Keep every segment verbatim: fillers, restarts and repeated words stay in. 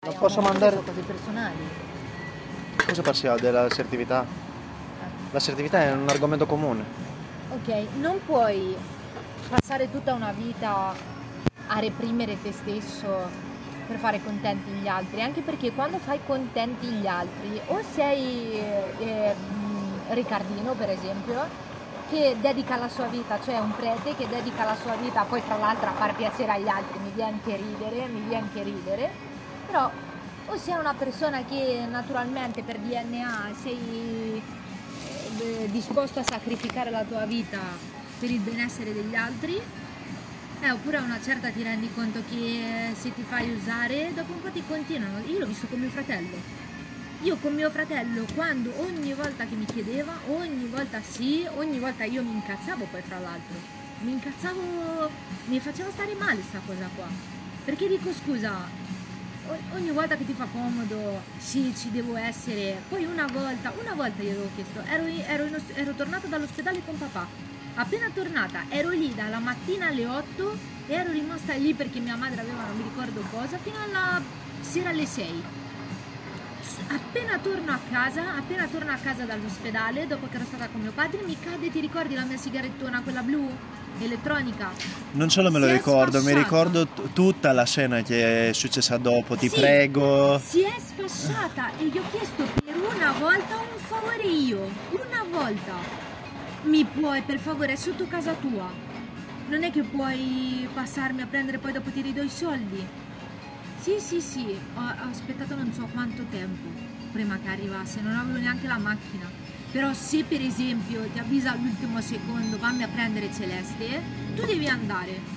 Non posso mandare cose personali. Cosa parliamo dell'assertività? L'assertività è un argomento comune. Ok, non puoi passare tutta una vita a reprimere te stesso per fare contenti gli altri, anche perché quando fai contenti gli altri o sei eh, Riccardino per esempio, che dedica la sua vita, cioè un prete che dedica la sua vita poi fra l'altro a far piacere agli altri, mi viene anche ridere, mi viene anche ridere, però o sei una persona che naturalmente per D N A sei eh, disposto a sacrificare la tua vita per il benessere degli altri, eh, oppure a una certa ti rendi conto che se ti fai usare dopo un po' ti continuano. Io l'ho visto con mio fratello. Io con mio fratello, quando ogni volta che mi chiedeva, ogni volta sì, ogni volta io mi incazzavo poi fra l'altro. Mi incazzavo, mi faceva stare male sta cosa qua. Perché dico scusa, ogni volta che ti fa comodo, sì, ci devo essere. Poi una volta, una volta io avevo chiesto, ero, ero, in, ero tornata dall'ospedale con papà. Appena tornata, ero lì dalla mattina alle otto e ero rimasta lì perché mia madre aveva non mi ricordo cosa, fino alla sera alle sei. Appena torno a casa, appena torno a casa dall'ospedale, dopo che ero stata con mio padre, mi cade, ti ricordi la mia sigarettona, quella blu, elettronica? Non solo me lo Si è ricordo, mi sfasciata. ricordo t- tutta la scena che è successa dopo, ti Sì, prego. Si è sfasciata e gli ho chiesto per una volta un favore io, una volta. Mi puoi, per favore, è sotto casa tua. Non è che puoi passarmi a prendere poi dopo ti ridò i soldi. Sì, sì, sì, ho, ho aspettato non so quanto tempo prima che arrivasse, non avevo neanche la macchina. Però se per esempio ti avvisa all'ultimo secondo, vammi a prendere Celeste, tu devi andare.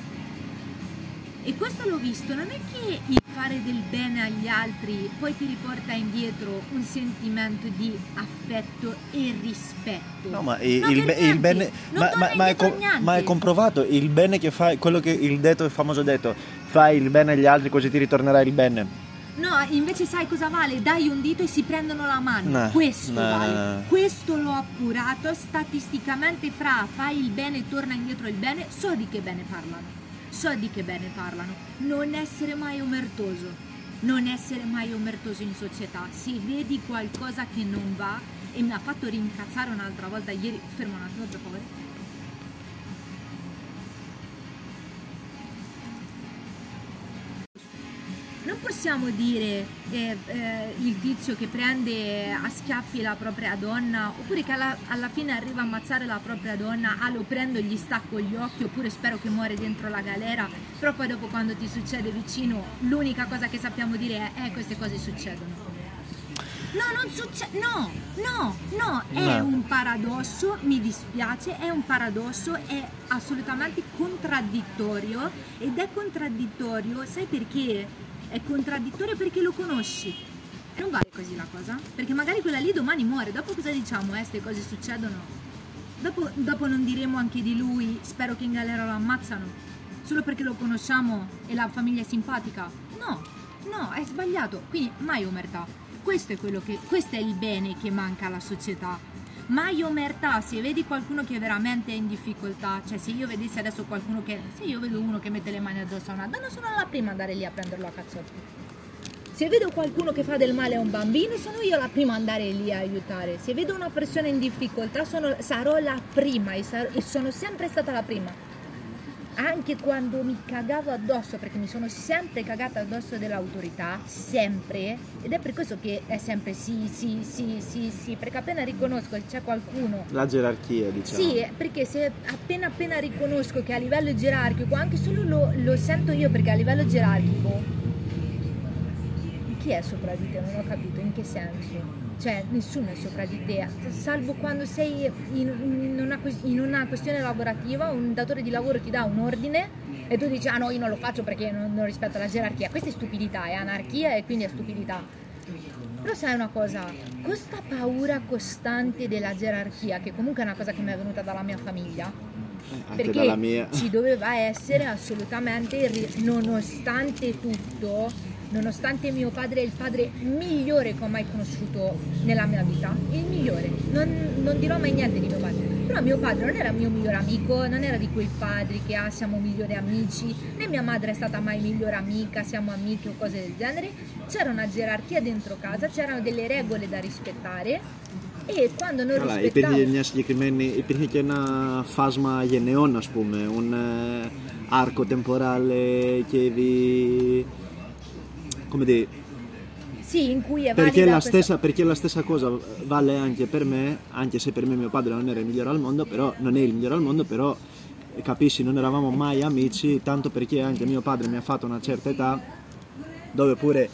E questo l'ho visto, non è che il fare del bene agli altri poi ti riporta indietro un sentimento di affetto e rispetto. No, ma il, No, il, per be- il niente. bene, Non ma, torna ma, ma è indietro co- niente. ma è comprovato, il bene che fai, quello che il detto, il famoso detto, fai il bene agli altri così ti ritornerà il bene. No, invece sai cosa vale? Dai un dito e si prendono la mano. No, Questo no, vale. no, no. Questo l'ho appurato statisticamente fra fai il bene e torna indietro il bene. So di che bene parlano. So di che bene parlano. Non essere mai omertoso. Non essere mai omertoso in società. Se vedi qualcosa che non va, e mi ha fatto rincazzare un'altra volta ieri. Fermo un attimo per favore. Non possiamo dire eh, eh, il tizio che prende a schiaffi la propria donna, oppure che alla, alla fine arriva a ammazzare la propria donna, ah lo prendo e gli stacco gli occhi, oppure spero che muore dentro la galera, però poi dopo quando ti succede vicino l'unica cosa che sappiamo dire è eh queste cose succedono. No, non succede, no, no, no, è No. un paradosso, mi dispiace, è un paradosso, è assolutamente contraddittorio ed è contraddittorio, sai perché? È contraddittorio perché lo conosci. Non vale così la cosa, perché magari quella lì domani muore, dopo cosa diciamo? Eh, queste cose succedono. Dopo, dopo non diremo anche di lui, spero che in galera lo ammazzano, solo perché lo conosciamo e la famiglia è simpatica. No, no, è sbagliato, quindi mai omertà. Questo è quello che, questo è il bene che manca alla società. Mai omertà, se vedi qualcuno che veramente è in difficoltà, cioè se io vedessi adesso qualcuno che, se io vedo uno che mette le mani addosso a una donna, sono la prima ad andare lì a prenderlo a cazzotti. Se vedo qualcuno che fa del male a un bambino, sono io la prima ad andare lì a aiutare. Se vedo una persona in difficoltà, sono, sarò la prima e, sarò, e sono sempre stata la prima. Anche quando mi cagavo addosso, perché mi sono sempre cagata addosso dell'autorità, sempre, ed è per questo che è sempre sì, sì, sì, sì, sì, perché appena riconosco che c'è qualcuno. La gerarchia, diciamo. Sì, perché se appena appena riconosco che a livello gerarchico, anche solo lo, lo sento io, perché a livello gerarchico, chi è sopra di te? Non ho capito, in che senso? Cioè, nessuno è sopra di te, salvo quando sei in, in, una, in una questione lavorativa, un datore di lavoro ti dà un ordine e tu dici, ah no, io non lo faccio perché non, non rispetto la gerarchia. Questa è stupidità, è anarchia e quindi è stupidità. Però sai una cosa, questa paura costante della gerarchia, che comunque è una cosa che mi è venuta dalla mia famiglia, Anche perché dalla mia. ci doveva essere assolutamente, nonostante tutto, nonostante mio padre è il padre migliore che ho mai conosciuto nella mia vita, il migliore, non, non dirò mai niente di mio padre, però mio padre non era il mio migliore amico, non era di quei padri che ah, siamo migliori amici, né mia madre è stata mai migliore amica, siamo amiche o cose del genere. C'era una gerarchia dentro casa, c'erano delle regole da rispettare e quando non Αλλά rispettavo... υπήρχε μια συγκεκριμένη, υπήρχε και ένα φάσμα γενεών, ας πούμε, un eh, arco temporale che vi... come dire, Sì, in cui è perché valida la, questa- stessa, perché la stessa cosa vale anche per me, anche se per me mio padre non era il migliore al mondo, però non è il migliore al mondo, però eh, capisci, non eravamo mai amici, tanto perché anche mio padre mi ha fatto una certa età dove pure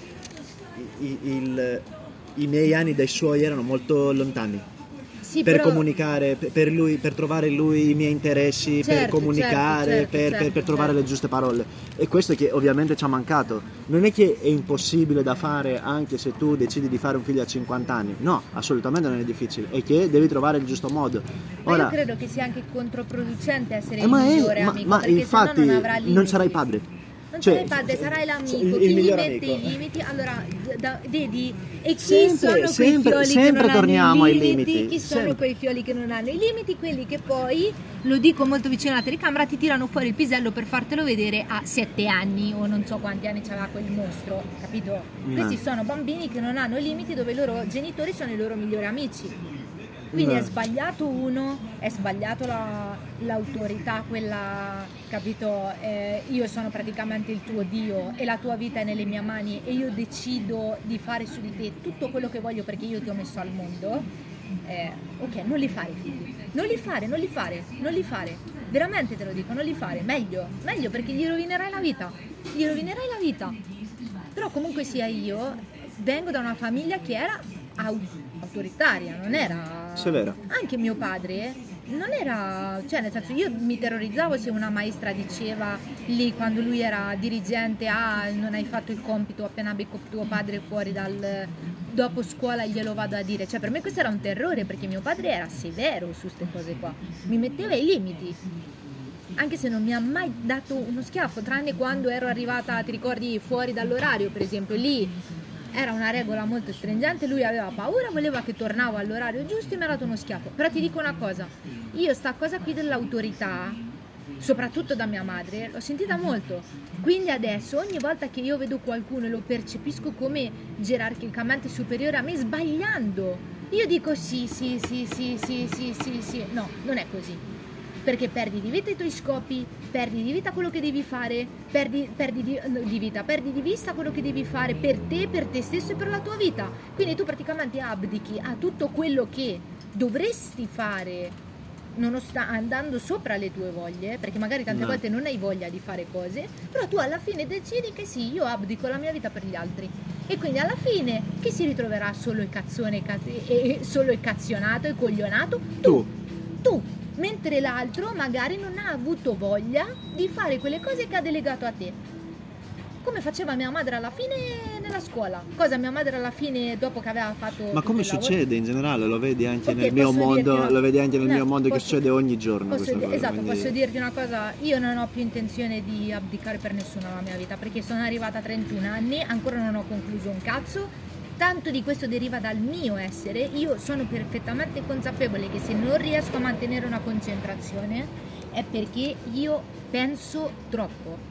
i, i- il- i miei anni dai suoi erano molto lontani. Sì, Per però- comunicare, per- per lui, per trovare lui i miei interessi, per Certo, comunicare, certo, certo, per, per- certo, per trovare certo. le giuste parole. E questo che ovviamente ci ha mancato. Non è che è impossibile da fare anche se tu decidi di fare un figlio a cinquanta anni. No, assolutamente non è difficile. È che devi trovare il giusto modo. Ma Ora, io credo che sia anche controproducente essere eh, il ma, è- migliore ma- amico, ma perché infatti sennò non avrà limiti. non sarai padre. Non Cioè, sarai padre, sarai l'amico, il- il chi gli migliore mette amico. i limiti, allora, da- vedi, e chi Sempre, sono quei sempre- fioli sempre che non torniamo hanno ai i limiti? limiti, Chi sono sempre. quei fioli che non hanno i limiti? Quelli che poi, lo dico molto vicino alla telecamera, ti tirano fuori il pisello per fartelo vedere a sette anni o non so quanti anni c'aveva quel mostro, capito? No. Questi sono bambini che non hanno i limiti, dove i loro genitori sono i loro migliori amici. Quindi No. è sbagliato uno, è sbagliato la- l'autorità, quella, capito? Eh, io sono praticamente il tuo Dio e la tua vita è nelle mie mani e io decido di fare su di te tutto quello che voglio perché io ti ho messo al mondo. Eh, ok, non li fare figli, non li fare, non li fare, non li fare, veramente te lo dico, non li fare, meglio, meglio perché gli rovinerai la vita, gli rovinerai la vita. Però comunque sia io, vengo da una famiglia che era au- autoritaria, non era... Severa. Anche mio padre non era... Cioè nel senso io mi terrorizzavo se una maestra diceva lì quando lui era dirigente ah non hai fatto il compito appena becco tuo padre fuori dal... dopo scuola glielo vado a dire. Cioè per me questo era un terrore perché mio padre era severo su queste cose qua, mi metteva i limiti. Anche se non mi ha mai dato uno schiaffo, tranne quando ero arrivata, ti ricordi, fuori dall'orario per esempio, lì era una regola molto stringente, lui aveva paura, voleva che tornavo all'orario giusto e mi ha dato uno schiaffo. Però ti dico una cosa, io sta cosa qui dell'autorità, soprattutto da mia madre, l'ho sentita molto. Quindi adesso ogni volta che io vedo qualcuno e lo percepisco come gerarchicamente superiore a me, sbagliando, io dico sì, sì, sì, sì, sì, sì, sì, sì, no, non è così. Perché perdi di vista i tuoi scopi, perdi di vista quello che devi fare, perdi, perdi di, no, di vita, perdi di vista quello che devi fare per te, per te stesso e per la tua vita. Quindi tu praticamente abdichi a tutto quello che dovresti fare nonostan- andando sopra le tue voglie, perché magari tante No. volte non hai voglia di fare cose, però tu alla fine decidi che sì, io abdico la mia vita per gli altri. E quindi alla fine chi si ritroverà solo il cazzone e, cazz- e- e solo il cazzionato e coglionato? Tu. Tu, mentre l'altro magari non ha avuto voglia di fare quelle cose che ha delegato a te. Come faceva mia madre alla fine nella scuola. Cosa mia madre alla fine dopo che aveva fatto Ma tutto come il lavoro- succede in generale? Lo vedi anche Ok, nel mio posso mondo, dirti una- lo vedi anche nel No, mio mondo che posso- succede ogni giorno Posso questa di- cosa, esatto, quindi- posso dirti una cosa, io non ho più intenzione di abdicare per nessuno nella mia vita, perché sono arrivata a trentuno anni, ancora non ho concluso un cazzo, tanto di questo deriva dal mio essere, io sono perfettamente consapevole che se non riesco a mantenere una concentrazione è perché io penso troppo.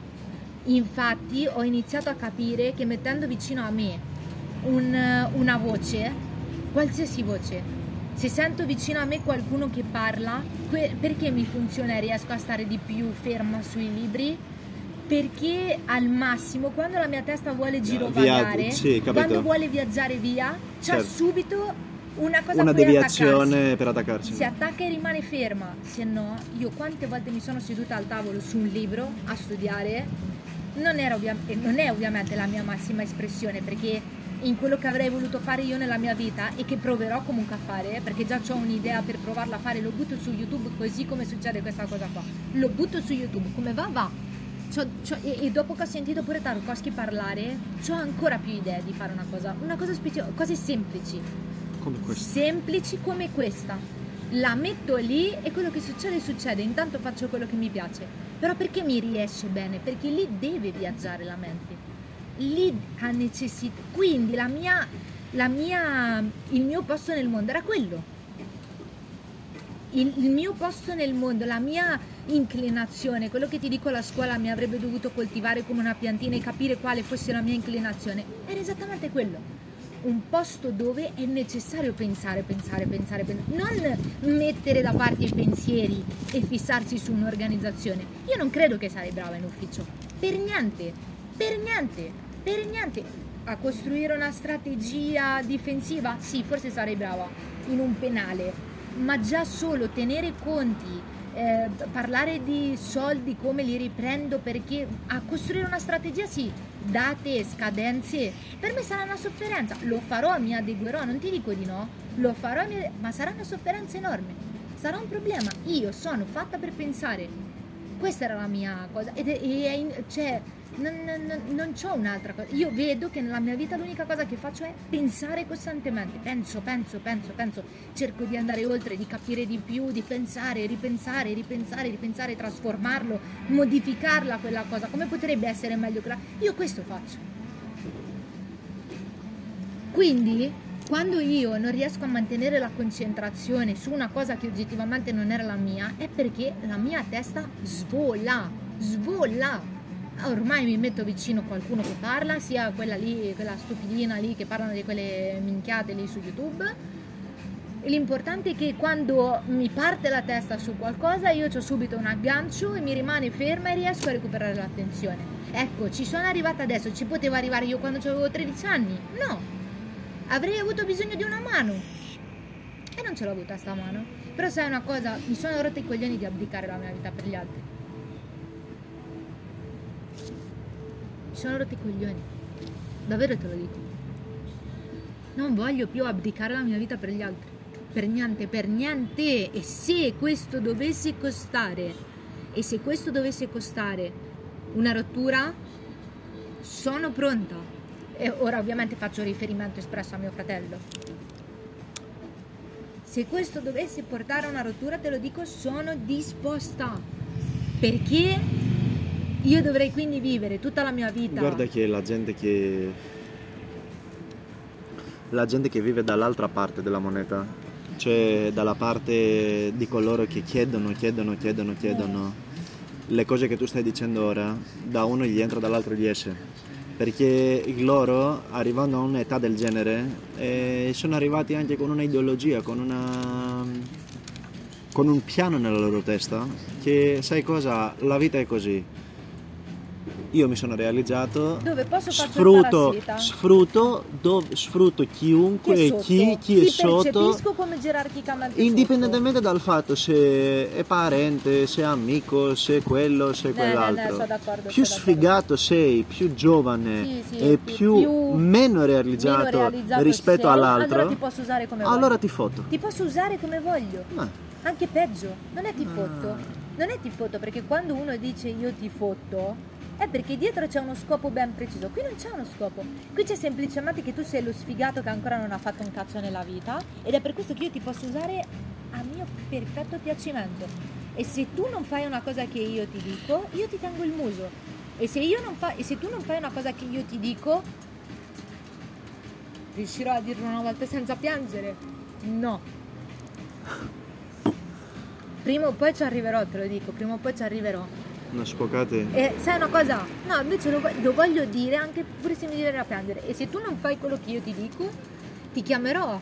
Infatti ho iniziato a capire che mettendo vicino a me un- una voce, qualsiasi voce, se sento vicino a me qualcuno che parla, que- perché mi funziona e riesco a stare di più ferma sui libri? Perché al massimo quando la mia testa vuole girovagare, Via- sì, capito. quando vuole viaggiare via, c'ha Certo. subito una cosa una a cui deviazione attaccarsi. per attaccarsi. Si attacca e rimane ferma, se no io quante volte mi sono seduta al tavolo su un libro a studiare, non, era ovvia- e non è ovviamente la mia massima espressione perché in quello che avrei voluto fare io nella mia vita e che proverò comunque a fare, perché già ho un'idea per provarla a fare, lo butto su YouTube così come succede questa cosa qua, lo butto su YouTube, come va va. C'ho- c'ho- e, e dopo che ho sentito pure Tarkovsky parlare, ho ancora più idee di fare una cosa, una cosa specie- cose semplici. Come questo. Semplici come questa. La metto lì e quello che succede succede, intanto faccio quello che mi piace. Però perché mi riesce bene? Perché lì deve viaggiare la mente. lì ha necessità, quindi la mia, la mia, il mio posto nel mondo era quello, il, il mio posto nel mondo, la mia inclinazione, quello che ti dico la scuola mi avrebbe dovuto coltivare come una piantina e capire quale fosse la mia inclinazione, era esattamente quello. Un posto dove è necessario pensare, pensare, pensare, pensare, non mettere da parte i pensieri e fissarsi su un'organizzazione. Io non credo che sarei brava in ufficio, per niente, per niente, per niente. A costruire una strategia difensiva? Sì, forse sarei brava in un penale, ma già solo tenere conti, eh, parlare di soldi, come li riprendo, perché a costruire una strategia sì, date, scadenze, per me sarà una sofferenza, lo farò, mi adeguerò, non ti dico di no, lo farò, ma sarà una sofferenza enorme, sarà un problema. Io sono fatta per pensare, questa era la mia cosa, ed è, è, cioè non, non, non c'ho un'altra cosa. Io vedo che nella mia vita l'unica cosa che faccio è pensare costantemente, penso, penso, penso, penso, cerco di andare oltre, di capire di più, di pensare, ripensare, ripensare, ripensare, trasformarlo, modificarla quella cosa, come potrebbe essere meglio quella. Io questo faccio. Quindi quando io non riesco a mantenere la concentrazione su una cosa che oggettivamente non era la mia, è perché la mia testa svola, svola. Ormai mi metto vicino a qualcuno che parla, sia quella lì, quella stupidina lì che parlano di quelle minchiate lì su YouTube. E l'importante è che quando mi parte la testa su qualcosa io ho subito un aggancio e mi rimane ferma e riesco a recuperare l'attenzione. Ecco, ci sono arrivata adesso, ci potevo arrivare io quando avevo tredici anni? No, avrei avuto bisogno di una mano e non ce l'ho avuta sta mano. Però sai una cosa, mi sono rotta i coglioni di abdicare la mia vita per gli altri. Mi sono rotti i coglioni, davvero te lo dico. Non voglio più abdicare la mia vita per gli altri, per niente, per niente. E se questo dovesse costare, e se questo dovesse costare una rottura, sono pronta. E ora ovviamente faccio riferimento espresso a mio fratello. Se questo dovesse portare a una rottura, te lo dico, sono disposta, perché io dovrei quindi vivere tutta la mia vita. Guarda che la gente che la gente che vive dall'altra parte della moneta, cioè dalla parte di coloro che chiedono, chiedono, chiedono, chiedono, le cose che tu stai dicendo ora, da uno gli entra, dall'altro gli esce, perché loro, arrivando a un'età del genere, eh, sono arrivati anche con una ideologia, con una con un piano nella loro testa, che sai cosa, la vita è così. Io mi sono realizzato, dove posso sfrutto, sfrutto, dove, sfrutto chiunque e chi, chi, chi è sotto, percepisco come gerarchicamente indipendentemente sotto. dal fatto se è parente, se è amico, se è quello, se è quell'altro. No, no, no, più sfigato sei, più giovane sì, sì, e più, più, più meno realizzato, meno realizzato rispetto sei, all'altro, allora ti posso usare come voglio. Allora ti foto. Ti posso usare come voglio. Ma. Anche peggio, non è ti Ma. fotto. Non è ti fotto, perché quando uno dice io ti fotto, è perché dietro c'è uno scopo ben preciso. Qui non c'è uno scopo, qui c'è semplicemente che tu sei lo sfigato che ancora non ha fatto un cazzo nella vita, ed è per questo che io ti posso usare a mio perfetto piacimento. E se tu non fai una cosa che io ti dico, io ti tengo il muso. E se, io non fa, e se tu non fai una cosa che io ti dico, riuscirò a dirlo una volta senza piangere? No. Prima o poi ci arriverò, te lo dico, prima o poi ci arriverò. Non sfocate. E sai una cosa? No, invece lo, lo voglio dire anche pure se mi viene da piangere. E se tu non fai quello che io ti dico, ti chiamerò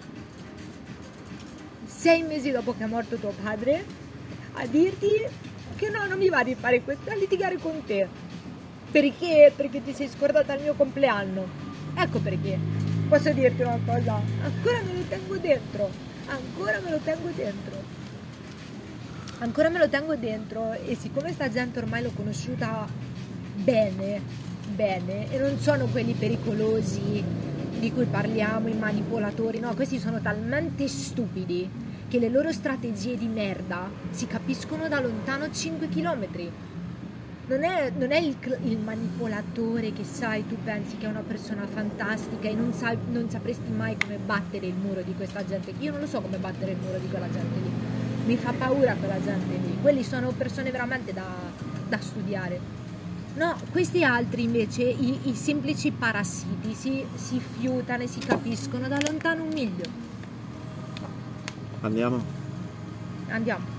sei mesi dopo che è morto tuo padre a dirti che no, non mi va di fare questo, a litigare con te. Perché? Perché ti sei scordata il mio compleanno. Ecco perché. Posso dirti una cosa? Ancora me lo tengo dentro. Ancora me lo tengo dentro. Ancora me lo tengo dentro, e siccome sta gente ormai l'ho conosciuta bene, bene, e non sono quelli pericolosi di cui parliamo, i manipolatori, no, questi sono talmente stupidi che le loro strategie di merda si capiscono da lontano cinque chilometri. Non è, non è il, il manipolatore che sai, tu pensi che è una persona fantastica e non, sai, non sapresti mai come battere il muro di questa gente. Io non lo so come battere il muro di quella gente lì. Mi fa paura quella gente lì. Quelli sono persone veramente da, da studiare. No, questi altri invece, i, i semplici parassiti, si, si fiutano e si capiscono da lontano un miglio. Andiamo. Andiamo.